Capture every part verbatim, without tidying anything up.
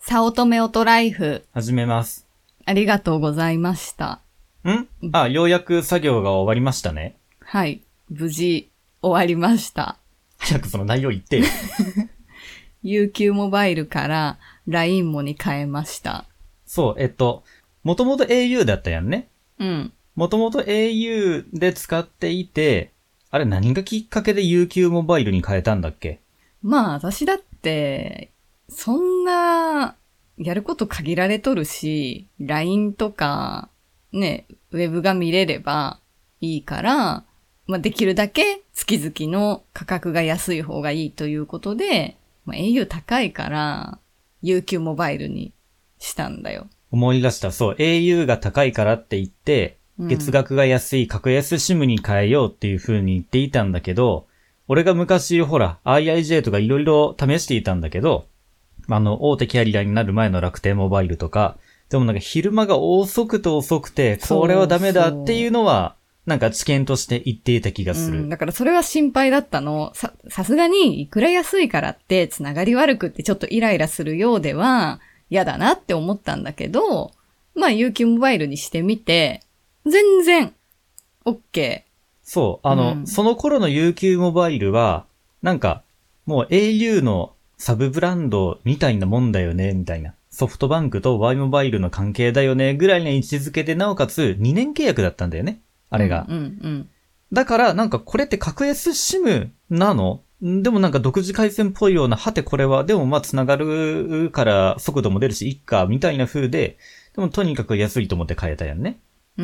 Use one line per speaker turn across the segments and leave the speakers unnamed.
早乙女オトライフ。
始めます。
ありがとうございました。
んあ、ようやく作業が終わりましたね。
はい。無事終わりました。
早くその内容言ってよ。
ユーキュー モバイルから ライン モに変えました。
そう、えっと、もともと エーユー だったやんね。
うん。
もともと エーユー で使っていて、あれ何がきっかけで ユーキュー モバイルに変えたんだっけ？
まあ私だって、そんな、やること限られとるし、ライン とか、ね、ウェブが見れればいいから、まあできるだけ月々の価格が安い方がいいということで、まあ エーユー 高いから、ユーキュー モバイルにしたんだよ。
思い出した。そう、エーユー が高いからって言って、月額が安い格安シムに変えようっていう風に言っていたんだけど、俺が昔ほら アイアイジェー とかいろいろ試していたんだけど、あの大手キャリアになる前の楽天モバイルとか、でもなんか昼間が遅くて遅くて、これはダメだっていうのは、なんか知見として言っていた気がする。
うん、だからそれは心配だったの。さ、さすがにいくら安いからってつながり悪くってちょっとイライラするようでは嫌だなって思ったんだけど、まあ ユーキュー モバイルにしてみて、全然 OK。
そう、あの、うん、その頃の ユーキュー モバイルは、なんか、もう エーユー のサブブランドみたいなもんだよね、みたいな。ソフトバンクと Y モバイルの関係だよね、ぐらいの位置づけで、なおかつにねん契約だったんだよね。あれが。
うんうんうん、
だから、なんかこれって格安シムなの？でもなんか独自回線っぽいような、はてこれは、でもまあ繋がるから速度も出るし、いっか、みたいな風で、でもとにかく安いと思って変えたやんね。
うん。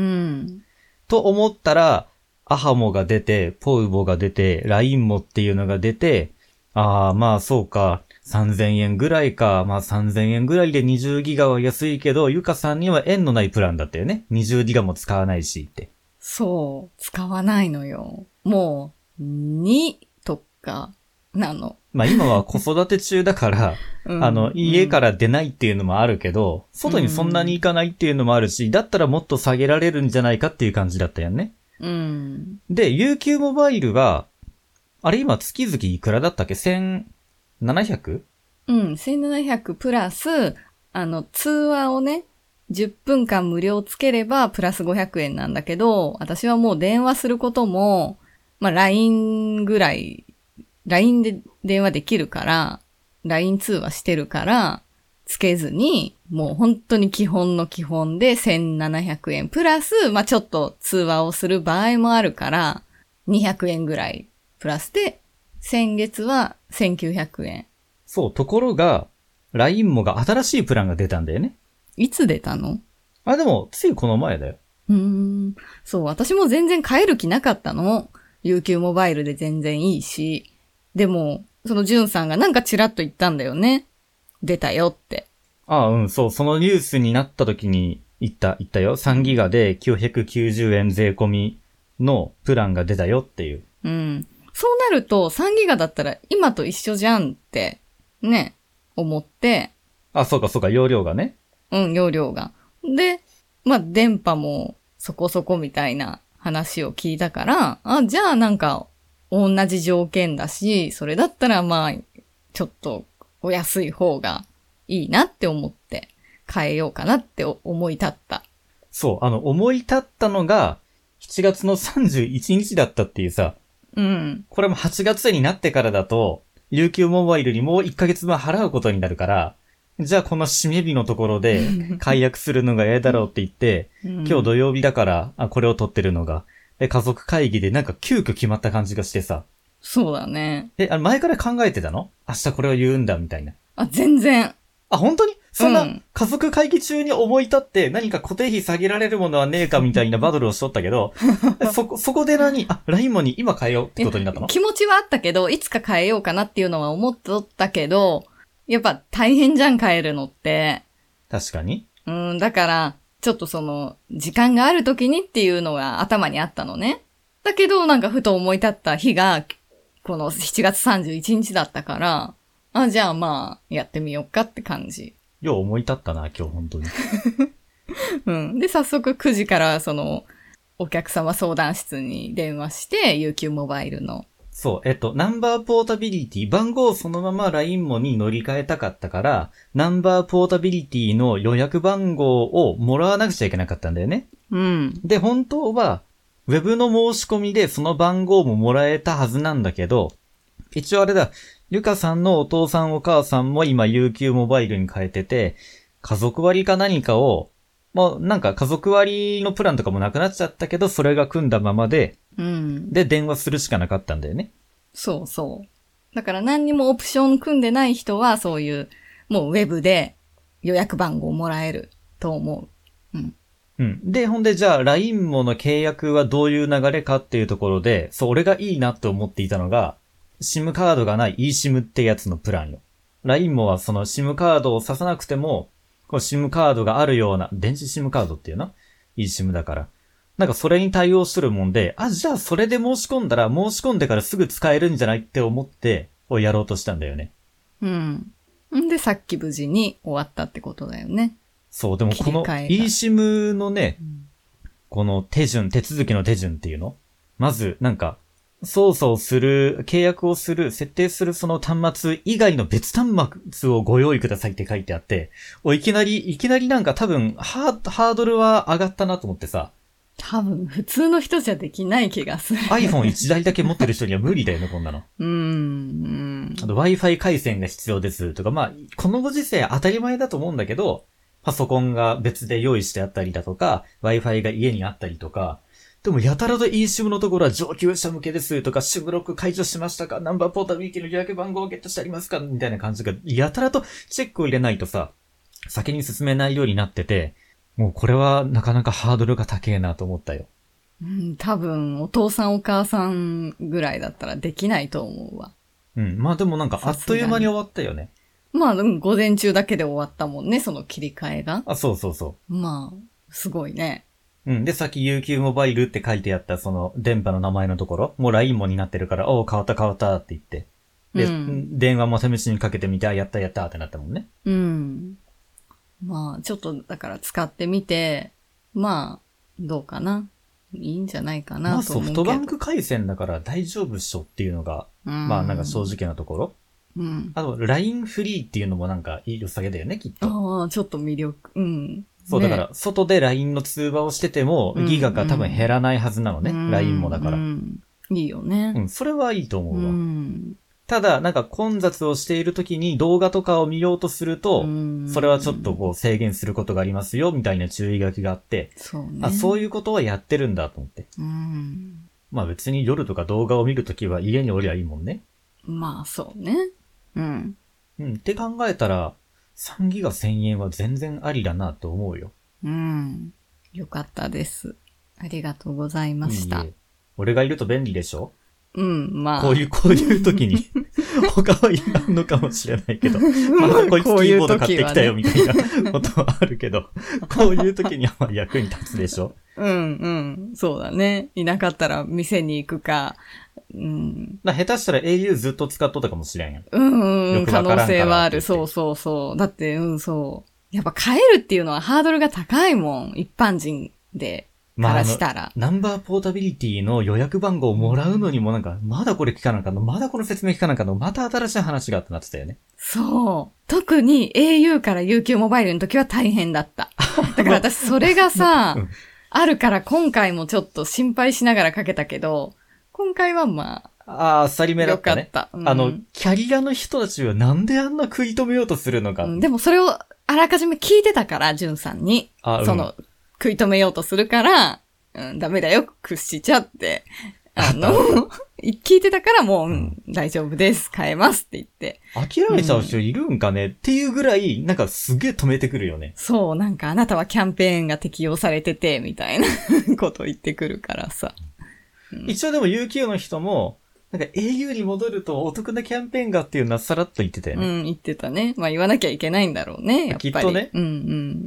と思ったら、アハモが出て、ポウボが出て、ラインモっていうのが出て、ああ、まあそうか、さんぜんえんぐらいか、まあさんぜんえんぐらいでにじゅうギガは安いけど、ゆかさんには縁のないプランだったよね。にじゅうギガも使わないしって。
そう、使わないのよ。もう、にとか、なの。
まあ今は子育て中だから、うん、あの、家から出ないっていうのもあるけど、うん、外にそんなに行かないっていうのもあるし、だったらもっと下げられるんじゃないかっていう感じだったよね。
うん。
で、ユーキュー モバイルが、あれ今月々いくらだったっけ ?せんななひゃく？
うん、せんななひゃくプラス、あの、通話をね、じゅっぷんかん無料つければプラスごひゃくえんなんだけど、私はもう電話することも、まあ ライン ぐらい、ライン で電話できるから、ライン 通話してるから、つけずに、もう本当に基本の基本でせんななひゃくえんプラス、まあちょっと通話をする場合もあるから、にひゃくえんぐらいプラスで、先月はせんきゅうひゃくえん。
そう、ところが、ライン モが新しいプランが出たんだよね。
いつ出たの？
あ、でも、ついこの前だよ。
うーん。そう、私も全然変える気なかったの。ユーキュー モバイルで全然いいし。でも、そのジュンさんがなんかチラッと言ったんだよね。出たよって。
ああ、うん、そう、そのニュースになった時に言った、言ったよ。さんギガできゅうひゃくきゅうじゅうえん税込みのプランが出たよっていう。
うん。そうなるとさんギガだったら今と一緒じゃんって、ね、思って。
あ、そうかそうか、容量がね。
うん、容量が。で、まあ、電波もそこそこみたいな話を聞いたから、あ、じゃあなんか同じ条件だし、それだったらまあ、ちょっとお安い方がいいなって思って変えようかなって思い立った。
そう、あの、思い立ったのがしちがつのさんじゅういちにちだったっていうさ。
うん。
これもはちがつになってからだと、ユーキュー モバイルにもういっかげつまえ払うことになるから、じゃあこの締め日のところで解約するのが嫌だろうって言って、うん、今日土曜日だから、あ、これを撮ってるのが。で、家族会議でなんか急遽決まった感じがしてさ。
そうだね。
え、あの前から考えてたの？明日これを言うんだみたいな。
あ、全然。
あ、本当にそんな家族会議中に思い立って何か固定費下げられるものはねえかみたいなバトルをしとったけど、そこ、そこで何あ、ラインモに今変えようってことになったの？
気持ちはあったけど、いつか変えようかなっていうのは思っとったけど、やっぱ大変じゃん変えるのって。
確かに。
うん、だから、ちょっとその、時間がある時にっていうのが頭にあったのね。だけど、なんかふと思い立った日が、このしちがつさんじゅういちにちだったから、あ、じゃあまあ、やってみようかって感じ。
よう思い立ったな、今日本当に。
うん。で、早速くじからその、お客様相談室に電話して、ユーキュー モバイルの。
そう、えっと、ナンバーポータビリティ、番号をそのまま ライン もに乗り換えたかったから、ナンバーポータビリティの予約番号をもらわなくちゃいけなかったんだよね。
うん。
で、本当は、ウェブの申し込みでその番号ももらえたはずなんだけど、一応あれだ、ゆかさんのお父さんお母さんも今 ユーキュー モバイルに変えてて、家族割か何かを、まあなんか家族割のプランとかもなくなっちゃったけど、それが組んだままで、
うん。
で電話するしかなかったんだよね。
そうそう。だから何にもオプション組んでない人はそういう、もうウェブで予約番号もらえると思う。うん。
うん。で、ほんでじゃあ ライン もの契約はどういう流れかっていうところで、そう、俺がいいなって思っていたのが、SIM カードがない eSIM ってやつのプランよ。ライン もはその SIM カードを挿さなくても、この SIM カードがあるような、電子 SIM カードっていうの eSIM だから。なんかそれに対応しとるもんで、あ、じゃあそれで申し込んだら申し込んでからすぐ使えるんじゃないって思って、をやろうとしたんだよね。
うん。んで、さっき無事に終わったってことだよね。
そう、でもこの eSIM のね、うん、この手順、手続きの手順っていうのまず、なんか、操作をする、契約をする、設定するその端末以外の別端末をご用意くださいって書いてあって、お、いきなり、いきなりなんか多分、ハー、ハードルは上がったなと思ってさ。
多分、普通の人じゃできない気がする。
アイフォンいち 台だけ持ってる人には無理だよね、こんなの。
うーん。
あと Wi-Fi 回線が必要ですとか、まあ、このご時世当たり前だと思うんだけど、パソコンが別で用意してあったりだとか、Wi-Fi が家にあったりとか、でもやたらと eSIM のところは上級者向けですとか、シムロック解除しましたか、ナンバーポータビリティの予約番号をゲットしてありますかみたいな感じが、やたらとチェックを入れないとさ、先に進めないようになってて、もうこれはなかなかハードルが高えなと思ったよ。
うん、多分、お父さんお母さんぐらいだったらできないと思うわ。
うん、まあでもなんかあっという間に終わったよね。
まあ、うん、午前中だけで終わったもんね、その切り替えが。
あ、そうそうそう。
まあ、すごいね。
うん。で、さっき ユーキュー モバイルって書いてあったその電波の名前のところ、もう ライン もになってるから、おー変わった変わったって言って。で、うん、電話も試しにかけてみて、あ、やったやったってなったもんね。
うん。まあ、ちょっとだから使ってみて、まあ、どうかな。いいんじゃないかなと思うけど。まあ
ソフトバンク回線だから大丈夫っしょっていうのが、うん、まあなんか正直なところ。
うん。
あと、ライン フリーっていうのもなんかいい良さげだよね、きっと。
ああ、ちょっと魅力。うん。
そう、ね、だから、外で ライン の通話をしてても、ギガが多分減らないはずなのね、うん、ライン もだから、うん。
いいよね。
うん、それはいいと思うわ。
うん、
ただ、なんか混雑をしている時に動画とかを見ようとすると、うん、それはちょっとこう制限することがありますよ、みたいな注意書きがあって、
そうね。
あ、そういうことはやってるんだと思って。
うん、
まあ別に夜とか動画を見るときは家におりゃいいもんね。
まあそうね。うん。
うん。って考えたら、さんギガせんえんは全然ありだなと思うよ。
うん。よかったです。ありがとうございました。いいえ。
俺がいると便利でしょ？
うん、まあ。
こういう、こういう時に、他はいらんのかもしれないけど、まあ、こいつキーボード買ってきたよみたいなことはあるけど、こういう時にはまあ役に立つでしょ？
うん、うん。そうだね。いなかったら店に行くか、うん。
だ下手したら エーユー ずっと使っとったかもしれんやん。
うんうん、可能性はある。そうそうそう。だって、うん、そう。やっぱ変えるっていうのはハードルが高いもん。一般人で。からしたら、
まあ、ナンバーポータビリティの予約番号をもらうのにもなんか、まだこれ聞かなかったの、まだこの説明聞かなかったの、また新しい話があってなってたよね。
そう。特に エーユー から ユーキュー モバイルの時は大変だった。だから私それがさ、うん、あるから今回もちょっと心配しながらかけたけど、今回はまあ、
ああ、あっさりめだったね。
よかった、うん。
あの、キャリアの人たちはなんであんな食い止めようとするのか。うん、
でもそれをあらかじめ聞いてたから、ジュンさんに。
あ、うん、
その、食い止めようとするから、うん、ダメだよ、屈しちゃって。あの、聞いてたからもう、うん、大丈夫です、変えますって言って。
諦めちゃう人いるんかね、うん、っていうぐらい、なんかすげえ止めてくるよね。
そう、なんかあなたはキャンペーンが適用されてて、みたいなこと言ってくるからさ。
うん、一応でも ユーキュー の人も、なんか エーユー に戻るとお得なキャンペーンがっていうのはさらっと言ってたよね。
うん、言ってたね。まあ言わなきゃいけないんだろうね、やっぱり。
きっとね。
うんうん。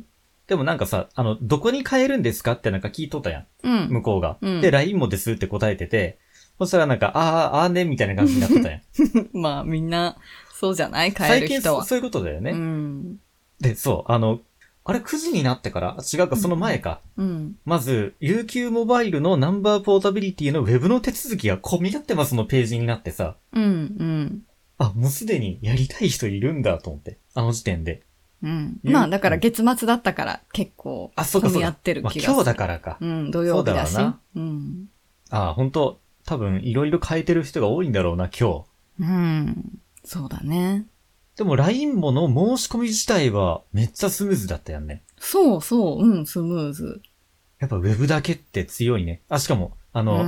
でもなんかさ、あの、どこに変えるんですかってなんか聞いとったやん。
うん。
向こうが。
うん、
で、ライン もですって答えてて、そしたらなんか、あー、あーね、みたいな感じになってたやん。
まあみんな、そうじゃない変える人は。
最近そ、そういうことだよね。
うん。
で、そう、あの、 あれくじになってから違うか、その前か。
うん。
まず、ユーキュー モバイルのナンバーポータビリティのウェブの手続きが混み合ってますのページになってさ。
うん、うん。
あ、もうすでにやりたい人いるんだと思って。あの時点で。
うん。まあ、だから月末だったから結構混み合ってる気がする。
まあ、今日だからか。
うん、土曜日だし。
そうだわな。
うん。
ああ、本当多分いろいろ変えてる人が多いんだろうな、今
日。うん。そうだね。
でも ライン もの申し込み自体はめっちゃスムーズだったよね。
そうそう、うん、スムーズ。
やっぱウェブだけって強いね。あ、しかも、あの、うん、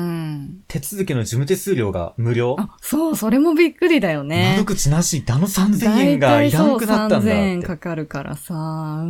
手続きの事務手数料が無料。
あ、そう、それもびっくりだよね。
窓口なしってあのさんぜんえんがいらんくなったんだって。
さんぜんえんかかるからさ、うん、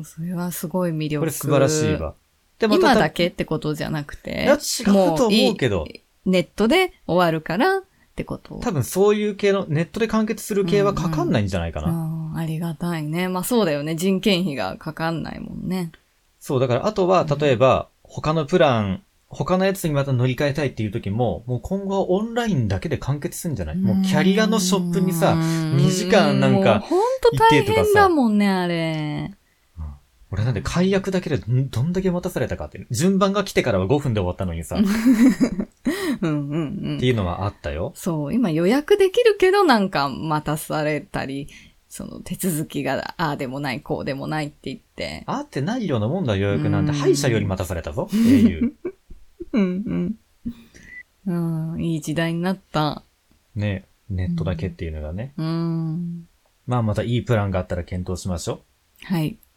それはすごい魅力。
これ素晴らしいわ。
でも今だけってことじゃなくて。
いや、違うと思うけど。
ネットで終わるからってこと。
多分そういう系の、ネットで完結する系はかかんないんじゃないかな。
うんうん、ありがたいね。まあそうだよね。人件費がかかんないもんね。
そう、だからあとは、例えば、他のプラン、他のやつにまた乗り換えたいっていう時も、もう今後はオンラインだけで完結するんじゃない？もうキャリアのショップにさ、にじかんなんか、
ほんと大変だもんね、あれ。
俺なんで解約だけでどんだけ待たされたかっていう。順番が来てからはごふんで終わったのにさ。
うんうんうん。
っていうのはあったよ。
そう、今予約できるけどなんか待たされたり、その手続きがああでもないこうでもないって言って。
あってないようなもんだ予約なんて歯医者より待たされたぞ。エーユー。
うんうん。うん、いい時代になった。
ね、ネットだけっていうのがね。
うん。
まあまたいいプランがあったら検討しましょう。
はい。